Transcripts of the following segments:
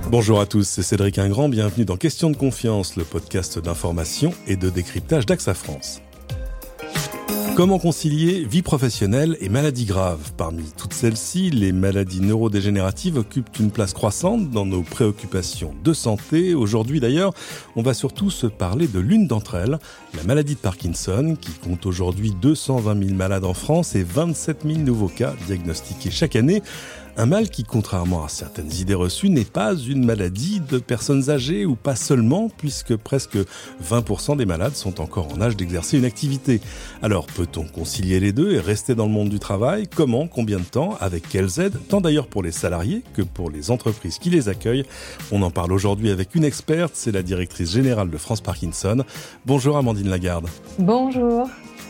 Bonjour à tous, c'est Cédric Ingrand, bienvenue dans Question de confiance, le podcast d'information et de décryptage d'AXA France. Comment concilier vie professionnelle et maladies graves ? Parmi toutes celles-ci, les maladies neurodégénératives occupent une place croissante dans nos préoccupations de santé. Aujourd'hui d'ailleurs, on va surtout se parler de l'une d'entre elles, la maladie de Parkinson, qui compte aujourd'hui 220 000 malades en France et 27 000 nouveaux cas diagnostiqués chaque année. Un mal qui, contrairement à certaines idées reçues, n'est pas une maladie de personnes âgées ou pas seulement, puisque presque 20% des malades sont encore en âge d'exercer une activité. Alors, peut-on concilier les deux et rester dans le monde du travail ? Comment ? Combien de temps ? Avec quelles aides ? Tant d'ailleurs pour les salariés que pour les entreprises qui les accueillent. On en parle aujourd'hui avec une experte, c'est la directrice générale de France Parkinson. Bonjour Amandine Lagarde. Bonjour.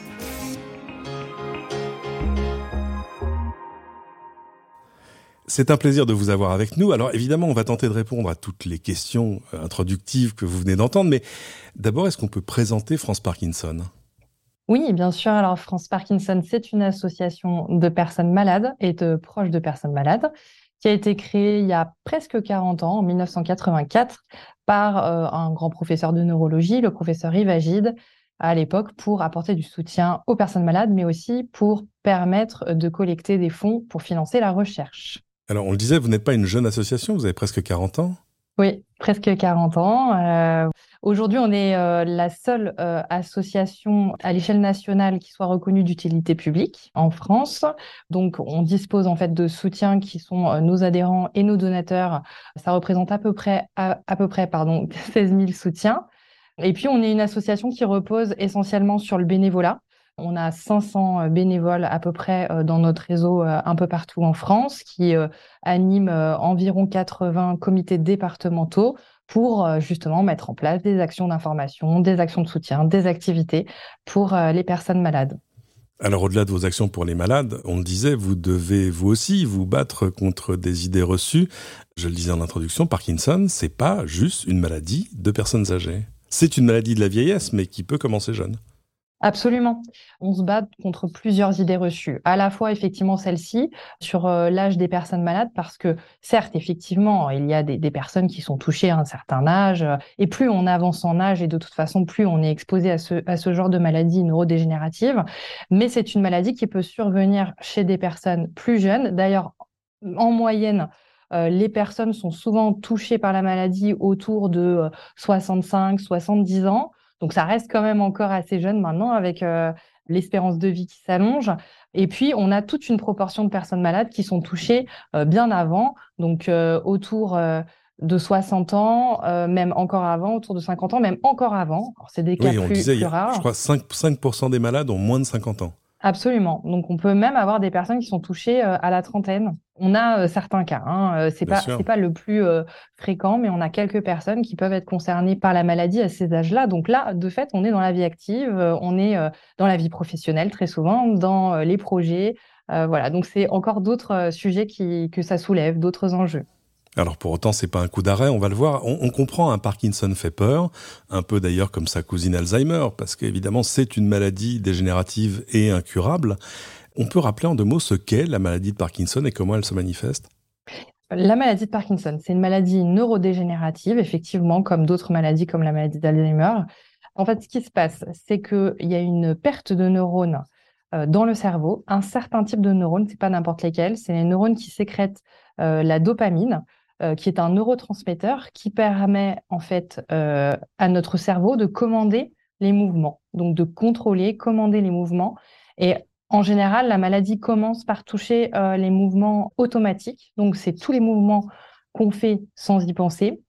C'est un plaisir de vous avoir avec nous. Alors évidemment, on va tenter de répondre à toutes les questions introductives que vous venez d'entendre, mais d'abord, est-ce qu'on peut présenter France Parkinson ? Oui, bien sûr. Alors, France Parkinson, c'est une association de personnes malades et de proches de personnes malades qui a été créée il y a presque 40 ans, en 1984, par un grand professeur de neurologie, le professeur Yves Agide, à l'époque, pour apporter du soutien aux personnes malades, mais aussi pour permettre de collecter des fonds pour financer la recherche. Alors, on le disait, vous n'êtes pas une jeune association, vous avez presque 40 ans ? Oui, presque 40 ans. Aujourd'hui, on est la seule association à l'échelle nationale qui soit reconnue d'utilité publique en France. Donc, on dispose en fait de soutiens qui sont nos adhérents et nos donateurs. Ça représente à peu près 16 000 soutiens. Et puis, on est une association qui repose essentiellement sur le bénévolat. On a 500 bénévoles à peu près dans notre réseau un peu partout en France qui animent environ 80 comités départementaux pour justement mettre en place des actions d'information, des actions de soutien, des activités pour les personnes malades. Alors au-delà de vos actions pour les malades, on le disait, vous devez vous aussi vous battre contre des idées reçues. Je le disais en introduction, Parkinson, c'est pas juste une maladie de personnes âgées. C'est une maladie de la vieillesse, mais qui peut commencer jeune. Absolument. On se bat contre plusieurs idées reçues. À la fois, effectivement, celle-ci, sur l'âge des personnes malades, parce que, certes, effectivement, il y a des personnes qui sont touchées à un certain âge, et plus on avance en âge, et de toute façon, plus on est exposé à ce genre de maladie neurodégénérative. Mais c'est une maladie qui peut survenir chez des personnes plus jeunes. D'ailleurs, en moyenne, les personnes sont souvent touchées par la maladie autour de 65, 70 ans. Donc, ça reste quand même encore assez jeune maintenant avec l'espérance de vie qui s'allonge. Et puis, on a toute une proportion de personnes malades qui sont touchées bien avant, donc autour de 60 ans, même encore avant, autour de 50 ans, même encore avant. Alors, c'est des cas plus rares. Je crois 5% des malades ont moins de 50 ans. Absolument. Donc, on peut même avoir des personnes qui sont touchées à la trentaine. On a certains cas. C'est pas le plus fréquent, mais on a quelques personnes qui peuvent être concernées par la maladie à ces âges-là. Donc là, de fait, on est dans la vie active, on est dans la vie professionnelle très souvent, dans les projets. Voilà. Donc, c'est encore d'autres sujets que ça soulève, d'autres enjeux. Alors pour autant, c'est pas un coup d'arrêt, on va le voir. On comprend, Parkinson fait peur, un peu d'ailleurs comme sa cousine Alzheimer, parce qu'évidemment, c'est une maladie dégénérative et incurable. On peut rappeler en 2 mots ce qu'est la maladie de Parkinson et comment elle se manifeste ? La maladie de Parkinson, c'est une maladie neurodégénérative, effectivement, comme d'autres maladies comme la maladie d'Alzheimer. En fait, ce qui se passe, c'est qu'il y a une perte de neurones dans le cerveau. Un certain type de neurones, c'est pas n'importe lesquels, c'est les neurones qui sécrètent la dopamine, qui est un neurotransmetteur qui permet en fait à notre cerveau de commander les mouvements, donc de contrôler, commander les mouvements. Et en général, la maladie commence par toucher les mouvements automatiques, donc c'est tous les mouvements qu'on fait sans y penser.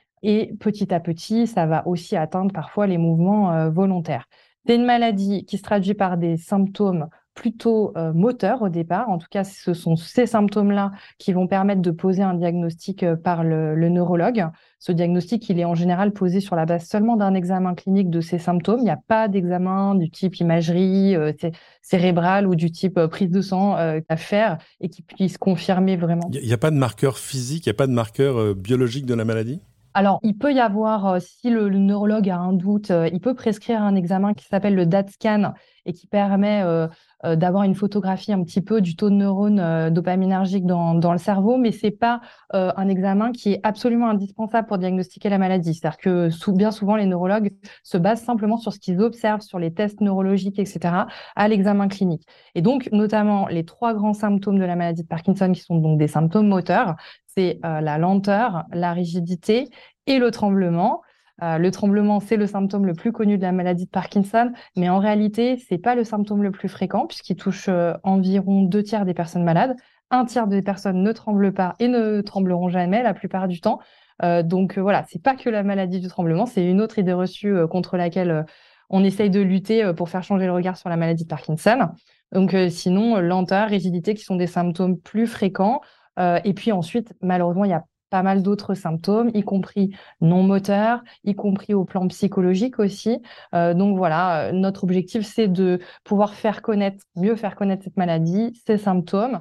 Et petit à petit, ça va aussi atteindre parfois les mouvements volontaires. C'est une maladie qui se traduit par des symptômes plutôt moteurs au départ. En tout cas, ce sont ces symptômes-là qui vont permettre de poser un diagnostic par le neurologue. Ce diagnostic, il est en général posé sur la base seulement d'un examen clinique de ces symptômes. Il n'y a pas d'examen du type imagerie cérébrale ou du type prise de sang à faire et qui puisse confirmer vraiment. Il n'y a pas de marqueur physique, il n'y a pas de marqueur biologique de la maladie ? Alors, il peut y avoir, si le neurologue a un doute, il peut prescrire un examen qui s'appelle le DaT-scan et qui permet d'avoir une photographie un petit peu du taux de neurones dopaminergiques dans le cerveau, mais c'est pas un examen qui est absolument indispensable pour diagnostiquer la maladie. C'est-à-dire que bien souvent, les neurologues se basent simplement sur ce qu'ils observent, sur les tests neurologiques, etc., à l'examen clinique. Et donc, notamment, les 3 grands symptômes de la maladie de Parkinson, qui sont donc des symptômes moteurs, c'est la lenteur, la rigidité et le tremblement. Le tremblement, c'est le symptôme le plus connu de la maladie de Parkinson, mais en réalité, c'est pas le symptôme le plus fréquent puisqu'il touche environ 2 tiers des personnes malades. 1 tiers des personnes ne tremblent pas et ne trembleront jamais la plupart du temps. Donc voilà, c'est pas que la maladie du tremblement, c'est une autre idée reçue contre laquelle on essaye de lutter pour faire changer le regard sur la maladie de Parkinson. Donc sinon, lenteur, rigidité qui sont des symptômes plus fréquents. Et puis ensuite, malheureusement, il y a pas mal d'autres symptômes, y compris non moteurs, y compris au plan psychologique aussi. Donc voilà, notre objectif, c'est de pouvoir mieux faire connaître cette maladie, ses symptômes.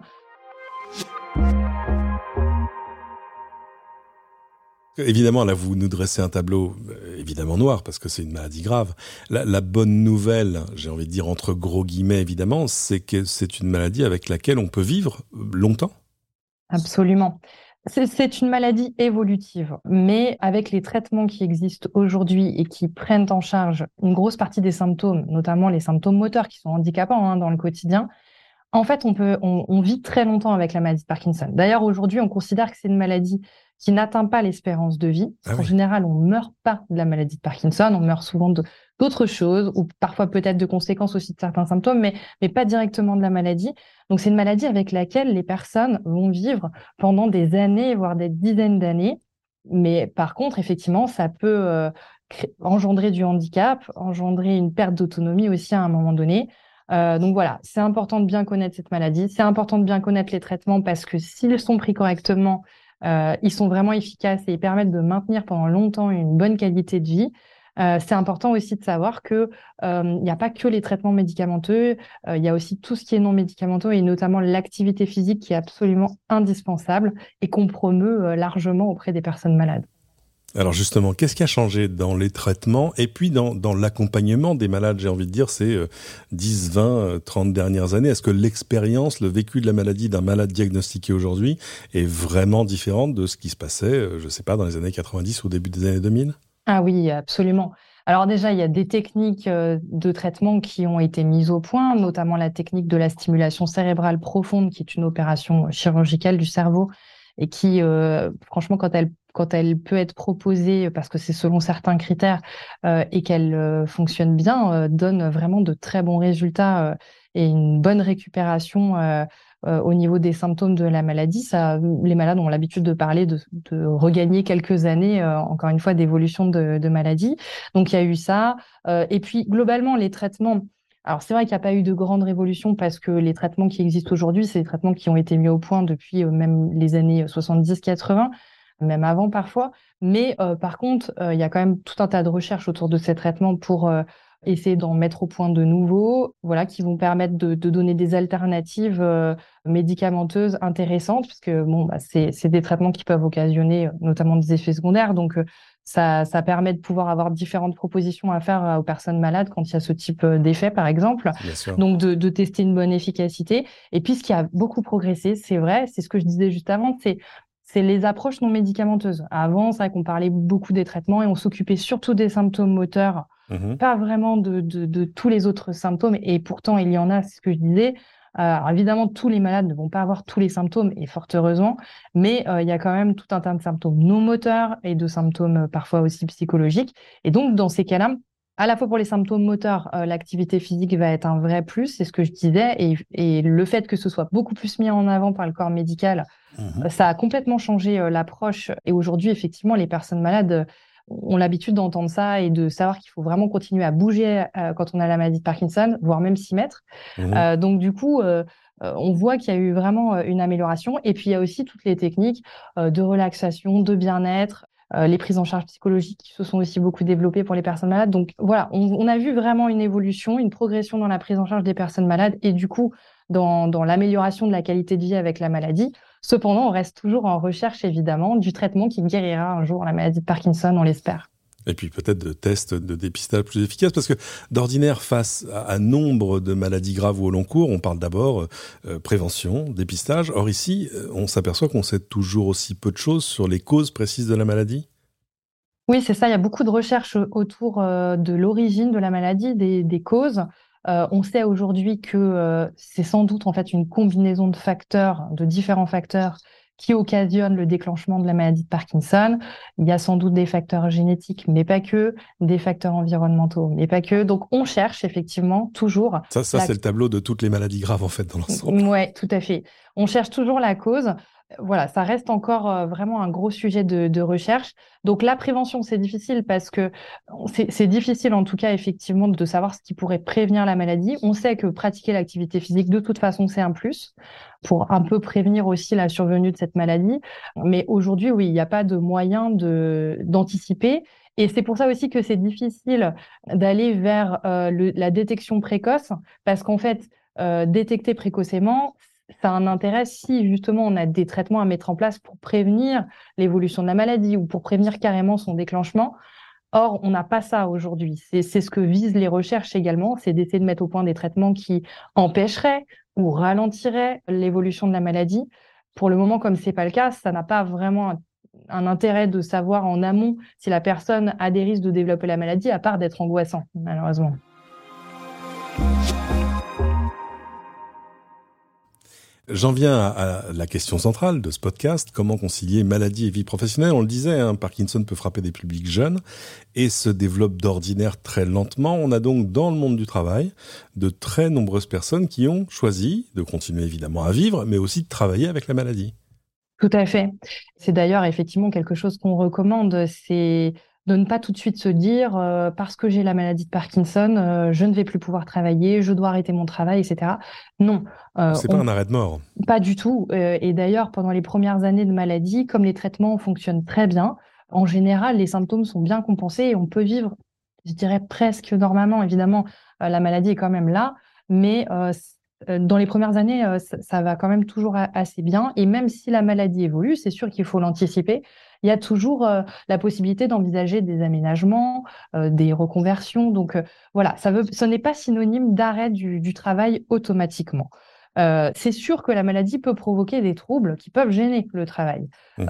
Évidemment, là, vous nous dressez un tableau évidemment noir parce que c'est une maladie grave. La bonne nouvelle, j'ai envie de dire entre gros guillemets évidemment, c'est que c'est une maladie avec laquelle on peut vivre longtemps. Absolument. C'est une maladie évolutive, mais avec les traitements qui existent aujourd'hui et qui prennent en charge une grosse partie des symptômes, notamment les symptômes moteurs qui sont handicapants dans le quotidien, en fait, on vit très longtemps avec la maladie de Parkinson. D'ailleurs, aujourd'hui, on considère que c'est une maladie qui n'atteint pas l'espérance de vie. Ah En oui. général, on ne meurt pas de la maladie de Parkinson, on meurt souvent d'autres choses, ou parfois peut-être de conséquences aussi de certains symptômes, mais pas directement de la maladie. Donc, c'est une maladie avec laquelle les personnes vont vivre pendant des années, voire des dizaines d'années. Mais par contre, effectivement, ça peut engendrer du handicap, engendrer une perte d'autonomie aussi à un moment donné. Donc voilà, c'est important de bien connaître cette maladie, c'est important de bien connaître les traitements parce que s'ils sont pris correctement, ils sont vraiment efficaces et ils permettent de maintenir pendant longtemps une bonne qualité de vie. C'est important aussi de savoir que il n'y a pas que les traitements médicamenteux, il y a aussi tout ce qui est non médicamenteux et notamment l'activité physique qui est absolument indispensable et qu'on promeut largement auprès des personnes malades. Alors justement, qu'est-ce qui a changé dans les traitements et puis dans l'accompagnement des malades, j'ai envie de dire, ces 10, 20, 30 dernières années? Est-ce que l'expérience, le vécu de la maladie d'un malade diagnostiqué aujourd'hui est vraiment différente de ce qui se passait, je ne sais pas, dans les années 90 ou au début des années 2000? Ah oui, absolument. Alors déjà, il y a des techniques de traitement qui ont été mises au point, notamment la technique de la stimulation cérébrale profonde, qui est une opération chirurgicale du cerveau et qui, franchement, quand elle peut être proposée, parce que c'est selon certains critères et qu'elle fonctionne bien, donne vraiment de très bons résultats et une bonne récupération au niveau des symptômes de la maladie. Les malades ont l'habitude de parler de regagner quelques années, encore une fois, d'évolution de maladie. Donc, il y a eu ça. Et puis, globalement, les traitements. Alors, c'est vrai qu'il n'y a pas eu de grande révolution parce que les traitements qui existent aujourd'hui, c'est des traitements qui ont été mis au point depuis même les années 70-80, même avant parfois. Mais par contre, il y a quand même tout un tas de recherches autour de ces traitements pour essayer d'en mettre au point de nouveaux, voilà, qui vont permettre de donner des alternatives médicamenteuses intéressantes, parce que bon, bah, c'est des traitements qui peuvent occasionner notamment des effets secondaires. Donc, ça permet de pouvoir avoir différentes propositions à faire aux personnes malades quand il y a ce type d'effet, par exemple. Bien sûr. Donc, de tester une bonne efficacité. Et puis, ce qui a beaucoup progressé, c'est vrai, c'est ce que je disais juste avant, c'est les approches non médicamenteuses. Avant, c'est vrai qu'on parlait beaucoup des traitements et on s'occupait surtout des symptômes moteurs, pas vraiment de tous les autres symptômes. Et pourtant, il y en a, c'est ce que je disais. Alors évidemment, tous les malades ne vont pas avoir tous les symptômes, et fort heureusement, mais il y a quand même tout un tas de symptômes non moteurs et de symptômes parfois aussi psychologiques. Et donc, dans ces cas-là, à la fois pour les symptômes moteurs, l'activité physique va être un vrai plus, c'est ce que je disais, et le fait que ce soit beaucoup plus mis en avant par le corps médical, ça a complètement changé l'approche. Et aujourd'hui, effectivement, les personnes malades ont l'habitude d'entendre ça et de savoir qu'il faut vraiment continuer à bouger quand on a la maladie de Parkinson, voire même s'y mettre. Donc du coup, on voit qu'il y a eu vraiment une amélioration. Et puis il y a aussi toutes les techniques de relaxation, de bien-être, les prises en charge psychologiques qui se sont aussi beaucoup développées pour les personnes malades. Donc voilà, on a vu vraiment une évolution, une progression dans la prise en charge des personnes malades et du coup dans l'amélioration de la qualité de vie avec la maladie. Cependant, on reste toujours en recherche, évidemment, du traitement qui guérira un jour la maladie de Parkinson, on l'espère. Et puis peut-être de tests de dépistage plus efficaces, parce que d'ordinaire, face à nombre de maladies graves ou au long cours, on parle d'abord prévention, dépistage. Or ici, on s'aperçoit qu'on sait toujours aussi peu de choses sur les causes précises de la maladie. Oui, c'est ça. Il y a beaucoup de recherches autour de l'origine de la maladie, des causes. On sait aujourd'hui que c'est sans doute en fait une combinaison de facteurs, de différents facteurs qui occasionnent le déclenchement de la maladie de Parkinson. Il y a sans doute des facteurs génétiques, mais pas que, des facteurs environnementaux, mais pas que. Donc, on cherche effectivement toujours Ça c'est le tableau de toutes les maladies graves, en fait, dans l'ensemble. Ouais, tout à fait. On cherche toujours la cause. Voilà, ça reste encore vraiment un gros sujet de recherche. Donc la prévention, c'est difficile parce que c'est difficile en tout cas effectivement de savoir ce qui pourrait prévenir la maladie. On sait que pratiquer l'activité physique, de toute façon, c'est un plus pour un peu prévenir aussi la survenue de cette maladie. Mais aujourd'hui, oui, il n'y a pas de moyen d'anticiper. Et c'est pour ça aussi que c'est difficile d'aller vers la détection précoce parce qu'en fait, détecter précocement, ça a un intérêt si justement on a des traitements à mettre en place pour prévenir l'évolution de la maladie ou pour prévenir carrément son déclenchement. Or, on n'a pas ça aujourd'hui. C'est ce que visent les recherches également, c'est d'essayer de mettre au point des traitements qui empêcheraient ou ralentiraient l'évolution de la maladie. Pour le moment, comme c'est pas le cas, ça n'a pas vraiment un intérêt de savoir en amont si la personne a des risques de développer la maladie, à part d'être angoissant, malheureusement. J'en viens à la question centrale de ce podcast, comment concilier maladie et vie professionnelle. On le disait, Parkinson peut frapper des publics jeunes et se développe d'ordinaire très lentement. On a donc dans le monde du travail de très nombreuses personnes qui ont choisi de continuer évidemment à vivre, mais aussi de travailler avec la maladie. Tout à fait. C'est d'ailleurs effectivement quelque chose qu'on recommande, c'est de ne pas tout de suite se dire parce que j'ai la maladie de Parkinson, je ne vais plus pouvoir travailler, je dois arrêter mon travail, etc. Non, C'est pas un arrêt de mort. pas du tout. Et d'ailleurs, pendant les premières années de maladie, comme les traitements fonctionnent très bien, en général, les symptômes sont bien compensés et on peut vivre, je dirais presque normalement. Évidemment, la maladie est quand même là, mais dans les premières années, ça va quand même toujours assez bien. Et même si la maladie évolue, c'est sûr qu'il faut l'anticiper. Il y a toujours la possibilité d'envisager des aménagements, des reconversions. Donc voilà, ce n'est pas synonyme d'arrêt du travail automatiquement. C'est sûr que la maladie peut provoquer des troubles qui peuvent gêner le travail,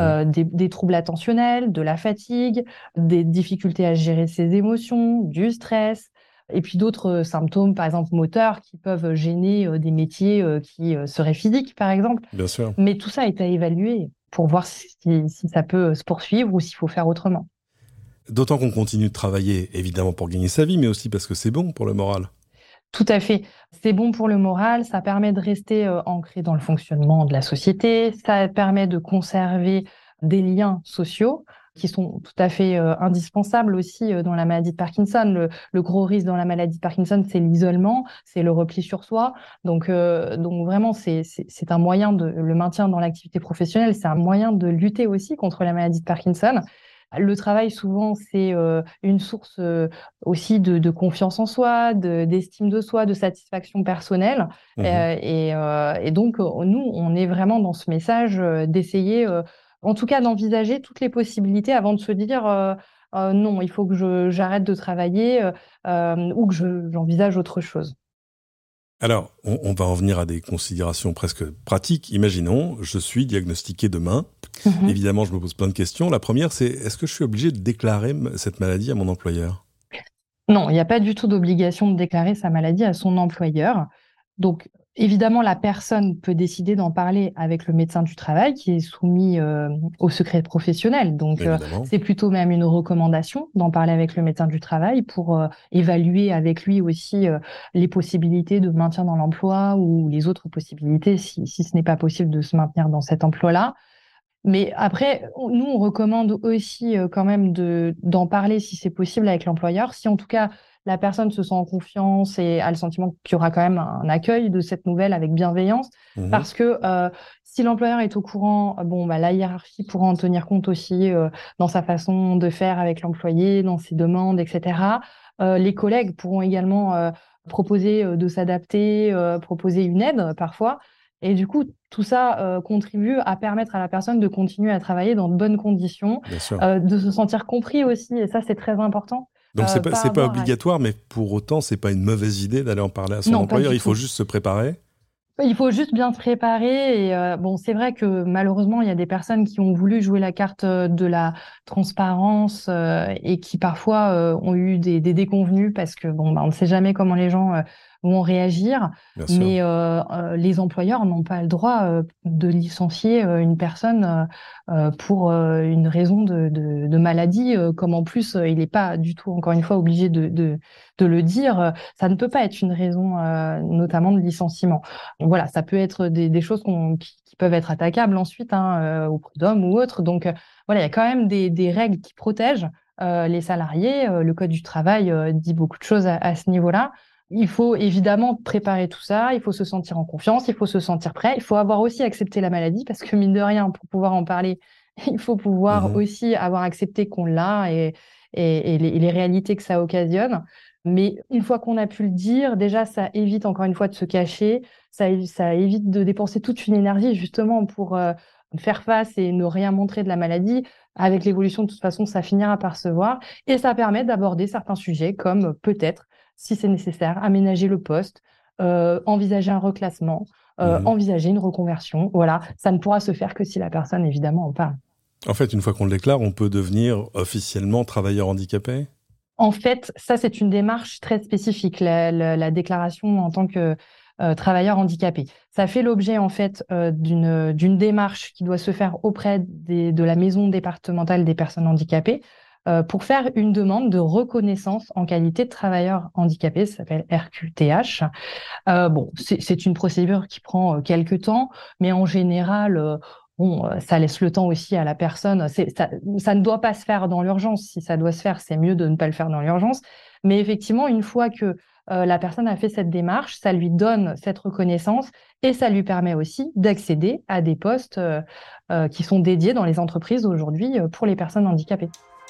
des troubles attentionnels, de la fatigue, des difficultés à gérer ses émotions, du stress, et puis d'autres symptômes, par exemple moteurs, qui peuvent gêner des métiers qui seraient physiques, par exemple. Bien sûr. Mais tout ça est à évaluer pour voir si ça peut se poursuivre ou s'il faut faire autrement. D'autant qu'on continue de travailler, évidemment, pour gagner sa vie, mais aussi parce que c'est bon pour le moral. Tout à fait. C'est bon pour le moral, ça permet de rester ancré dans le fonctionnement de la société, ça permet de conserver des liens sociaux qui sont tout à fait indispensables aussi dans la maladie de Parkinson. Le gros risque dans la maladie de Parkinson, c'est l'isolement, c'est le repli sur soi. Donc vraiment, c'est un moyen le maintien dans l'activité professionnelle, c'est un moyen de lutter aussi contre la maladie de Parkinson. Le travail, souvent, c'est une source aussi de confiance en soi, d'estime de soi, de satisfaction personnelle. Et donc, nous, on est vraiment dans ce message d'essayer, en tout cas, d'envisager toutes les possibilités avant de se dire non, il faut que j'arrête de travailler ou que j'envisage autre chose. Alors, on va en venir à des considérations presque pratiques. Imaginons, je suis diagnostiqué demain. Évidemment, je me pose plein de questions. La première, c'est est-ce que je suis obligé de déclarer cette maladie à mon employeur ? Non, il n'y a pas du tout d'obligation de déclarer sa maladie à son employeur. Donc, évidemment, la personne peut décider d'en parler avec le médecin du travail qui est soumis au secret professionnel. Donc, c'est plutôt même une recommandation d'en parler avec le médecin du travail pour évaluer avec lui aussi les possibilités de maintien dans l'emploi ou les autres possibilités si ce n'est pas possible de se maintenir dans cet emploi-là. Mais après, nous, on recommande aussi quand même d'en parler si c'est possible avec l'employeur. Si en tout cas, la personne se sent en confiance et a le sentiment qu'il y aura quand même un accueil de cette nouvelle avec bienveillance. Parce que si l'employeur est au courant, la hiérarchie pourra en tenir compte aussi dans sa façon de faire avec l'employé, dans ses demandes, etc. Les collègues pourront également proposer de s'adapter, proposer une aide parfois. Et du coup, tout ça contribue à permettre à la personne de continuer à travailler dans de bonnes conditions, Bien sûr. de se sentir compris aussi, et ça, c'est très important. Donc Pas c'est pas avoir à... obligatoire, mais pour autant, c'est pas une mauvaise idée d'aller en parler à son Non, pas employeur. du Il faut tout. juste se préparer. Il faut juste bien se préparer. Et bon, c'est vrai que malheureusement, il y a des personnes qui ont voulu jouer la carte de la transparence et qui parfois ont eu des déconvenues parce que bon, bah, on ne sait jamais comment les gens vont réagir. Bien sûr. Mais les employeurs n'ont pas le droit de licencier une personne pour une raison de maladie, comme en plus il n'est pas du tout, encore une fois, obligé de le dire. Ça ne peut pas être une raison, notamment de licenciement. Donc voilà, ça peut être des choses qui peuvent être attaquables ensuite au prud'homme ou autre. Donc voilà, il y a quand même des règles qui protègent les salariés. Le Code du travail dit beaucoup de choses à ce niveau-là. Il faut évidemment préparer tout ça, il faut se sentir en confiance, il faut se sentir prêt, il faut avoir aussi accepté la maladie parce que mine de rien, pour pouvoir en parler, il faut pouvoir Mhm. aussi avoir accepté qu'on l'a et les réalités que ça occasionne. Mais une fois qu'on a pu le dire, déjà, ça évite encore une fois de se cacher, ça évite de dépenser toute une énergie justement pour faire face et ne rien montrer de la maladie. Avec l'évolution, de toute façon, ça finira par se voir. Et ça permet d'aborder certains sujets comme peut-être, si c'est nécessaire, aménager le poste, envisager un reclassement, Mhm. envisager une reconversion. Voilà, ça ne pourra se faire que si la personne, évidemment, en parle. En fait, une fois qu'on le déclare, on peut devenir officiellement travailleur handicapé? En fait, ça, c'est une démarche très spécifique, la déclaration en tant que travailleur handicapé. Ça fait l'objet, en fait, d'une démarche qui doit se faire auprès de la maison départementale des personnes handicapées pour faire une demande de reconnaissance en qualité de travailleur handicapé. Ça s'appelle RQTH. Bon, c'est une procédure qui prend quelques temps, mais en général, bon, ça laisse le temps aussi à la personne. Ça ne doit pas se faire dans l'urgence. Si ça doit se faire, c'est mieux de ne pas le faire dans l'urgence. Mais effectivement, une fois que la personne a fait cette démarche, ça lui donne cette reconnaissance et ça lui permet aussi d'accéder à des postes qui sont dédiés dans les entreprises aujourd'hui pour les personnes handicapées.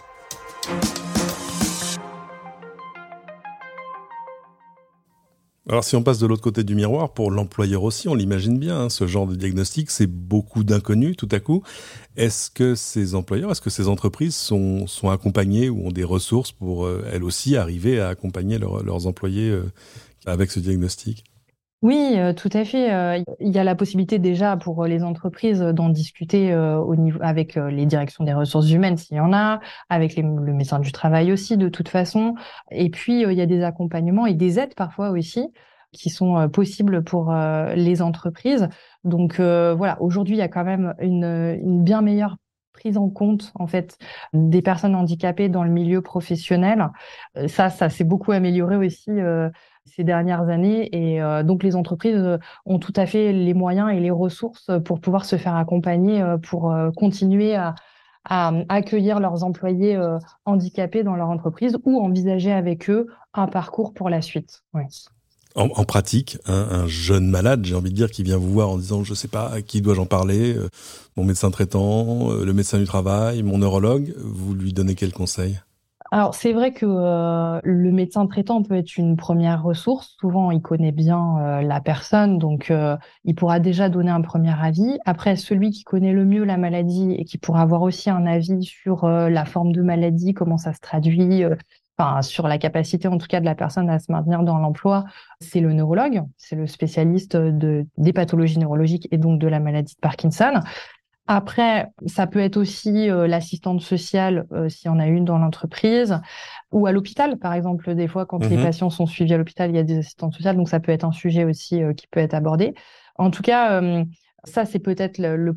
Alors si on passe de l'autre côté du miroir, pour l'employeur aussi, on l'imagine bien, hein, ce genre de diagnostic, c'est beaucoup d'inconnus tout à coup. Est-ce que ces employeurs, est-ce que ces entreprises sont accompagnées ou ont des ressources pour elles aussi arriver à accompagner leurs employés avec ce diagnostic? Oui, tout à fait. Il y a la possibilité déjà pour les entreprises d'en discuter au niveau avec les directions des ressources humaines s'il y en a, avec le médecin du travail aussi de toute façon. Et puis il y a des accompagnements et des aides parfois aussi qui sont possibles pour les entreprises. Donc voilà, aujourd'hui il y a quand même une bien meilleure prise en compte en fait des personnes handicapées dans le milieu professionnel. Ça s'est beaucoup amélioré aussi ces dernières années. Et donc, les entreprises ont tout à fait les moyens et les ressources pour pouvoir se faire accompagner pour continuer à accueillir leurs employés handicapés dans leur entreprise ou envisager avec eux un parcours pour la suite. Ouais. En pratique, un jeune malade, j'ai envie de dire, qui vient vous voir en disant, je sais pas, à qui dois-je en parler, mon médecin traitant, le médecin du travail, mon neurologue, vous lui donnez quel conseil? Alors, c'est vrai que le médecin traitant peut être une première ressource. Souvent, il connaît bien la personne, donc il pourra déjà donner un premier avis. Après, celui qui connaît le mieux la maladie et qui pourra avoir aussi un avis sur la forme de maladie, comment ça se traduit, enfin, sur la capacité en tout cas de la personne à se maintenir dans l'emploi, c'est le neurologue, c'est le spécialiste des pathologies neurologiques et donc de la maladie de Parkinson. Après, ça peut être aussi l'assistante sociale, s'il y en a une dans l'entreprise, ou à l'hôpital, par exemple. Des fois, quand les Mhm. patients sont suivis à l'hôpital, il y a des assistantes sociales, donc ça peut être un sujet aussi qui peut être abordé. En tout cas, ça, c'est peut-être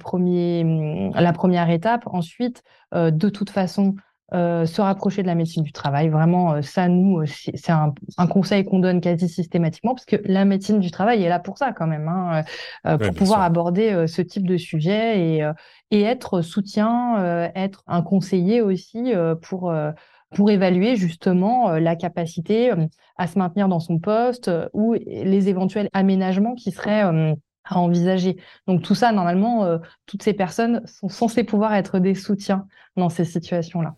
la première étape. Ensuite, de toute façon, se rapprocher de la médecine du travail. Vraiment, ça, nous, c'est un conseil qu'on donne quasi systématiquement, parce que la médecine du travail est là pour ça quand même, hein, Ouais, pour bien pouvoir sûr. aborder ce type de sujet et être soutien, être un conseiller aussi pour évaluer justement la capacité à se maintenir dans son poste ou les éventuels aménagements qui seraient à envisager. Donc tout ça, normalement, toutes ces personnes sont censées pouvoir être des soutiens dans ces situations-là.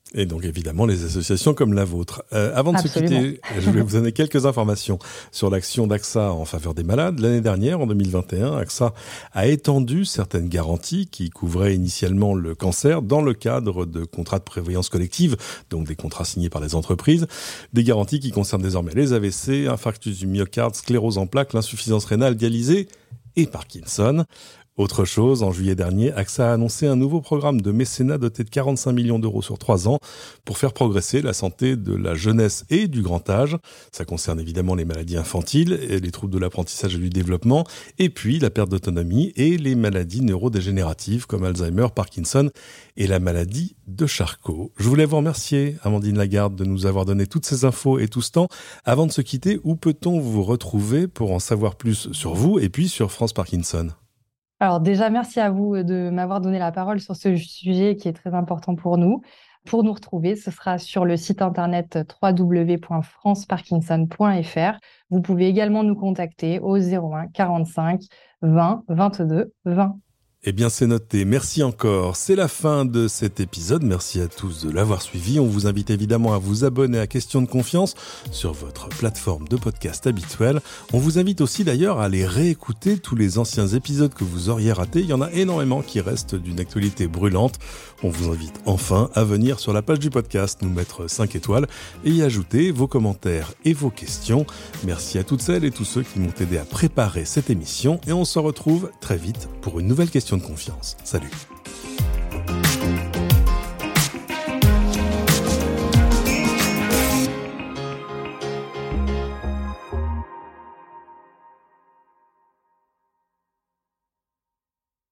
Et donc évidemment les associations comme la vôtre. Avant de Absolument. se quitter, je vais vous donner quelques informations sur l'action d'AXA en faveur des malades. L'année dernière, en 2021, AXA a étendu certaines garanties qui couvraient initialement le cancer dans le cadre de contrats de prévoyance collective, donc des contrats signés par les entreprises, des garanties qui concernent désormais les AVC, infarctus du myocarde, sclérose en plaques, l'insuffisance rénale, dialysée et Parkinson. Autre chose, en juillet dernier, AXA a annoncé un nouveau programme de mécénat doté de 45 millions d'euros sur 3 ans pour faire progresser la santé de la jeunesse et du grand âge. Ça concerne évidemment les maladies infantiles, et les troubles de l'apprentissage et du développement, et puis la perte d'autonomie et les maladies neurodégénératives comme Alzheimer, Parkinson et la maladie de Charcot. Je voulais vous remercier, Amandine Lagarde, de nous avoir donné toutes ces infos et tout ce temps. Avant de se quitter, où peut-on vous retrouver pour en savoir plus sur vous et puis sur France Parkinson ? Alors déjà, merci à vous de m'avoir donné la parole sur ce sujet qui est très important pour nous. Pour nous retrouver, ce sera sur le site internet www.franceparkinson.fr. Vous pouvez également nous contacter au 01 45 20 22 20. Eh bien, c'est noté. Merci encore. C'est la fin de cet épisode. Merci à tous de l'avoir suivi. On vous invite évidemment à vous abonner à Question de Confiance sur votre plateforme de podcast habituelle. On vous invite aussi d'ailleurs à aller réécouter tous les anciens épisodes que vous auriez ratés. Il y en a énormément qui restent d'une actualité brûlante. On vous invite enfin à venir sur la page du podcast, nous mettre 5 étoiles et y ajouter vos commentaires et vos questions. Merci à toutes celles et tous ceux qui m'ont aidé à préparer cette émission et on se retrouve très vite pour une nouvelle question de confiance. Salut.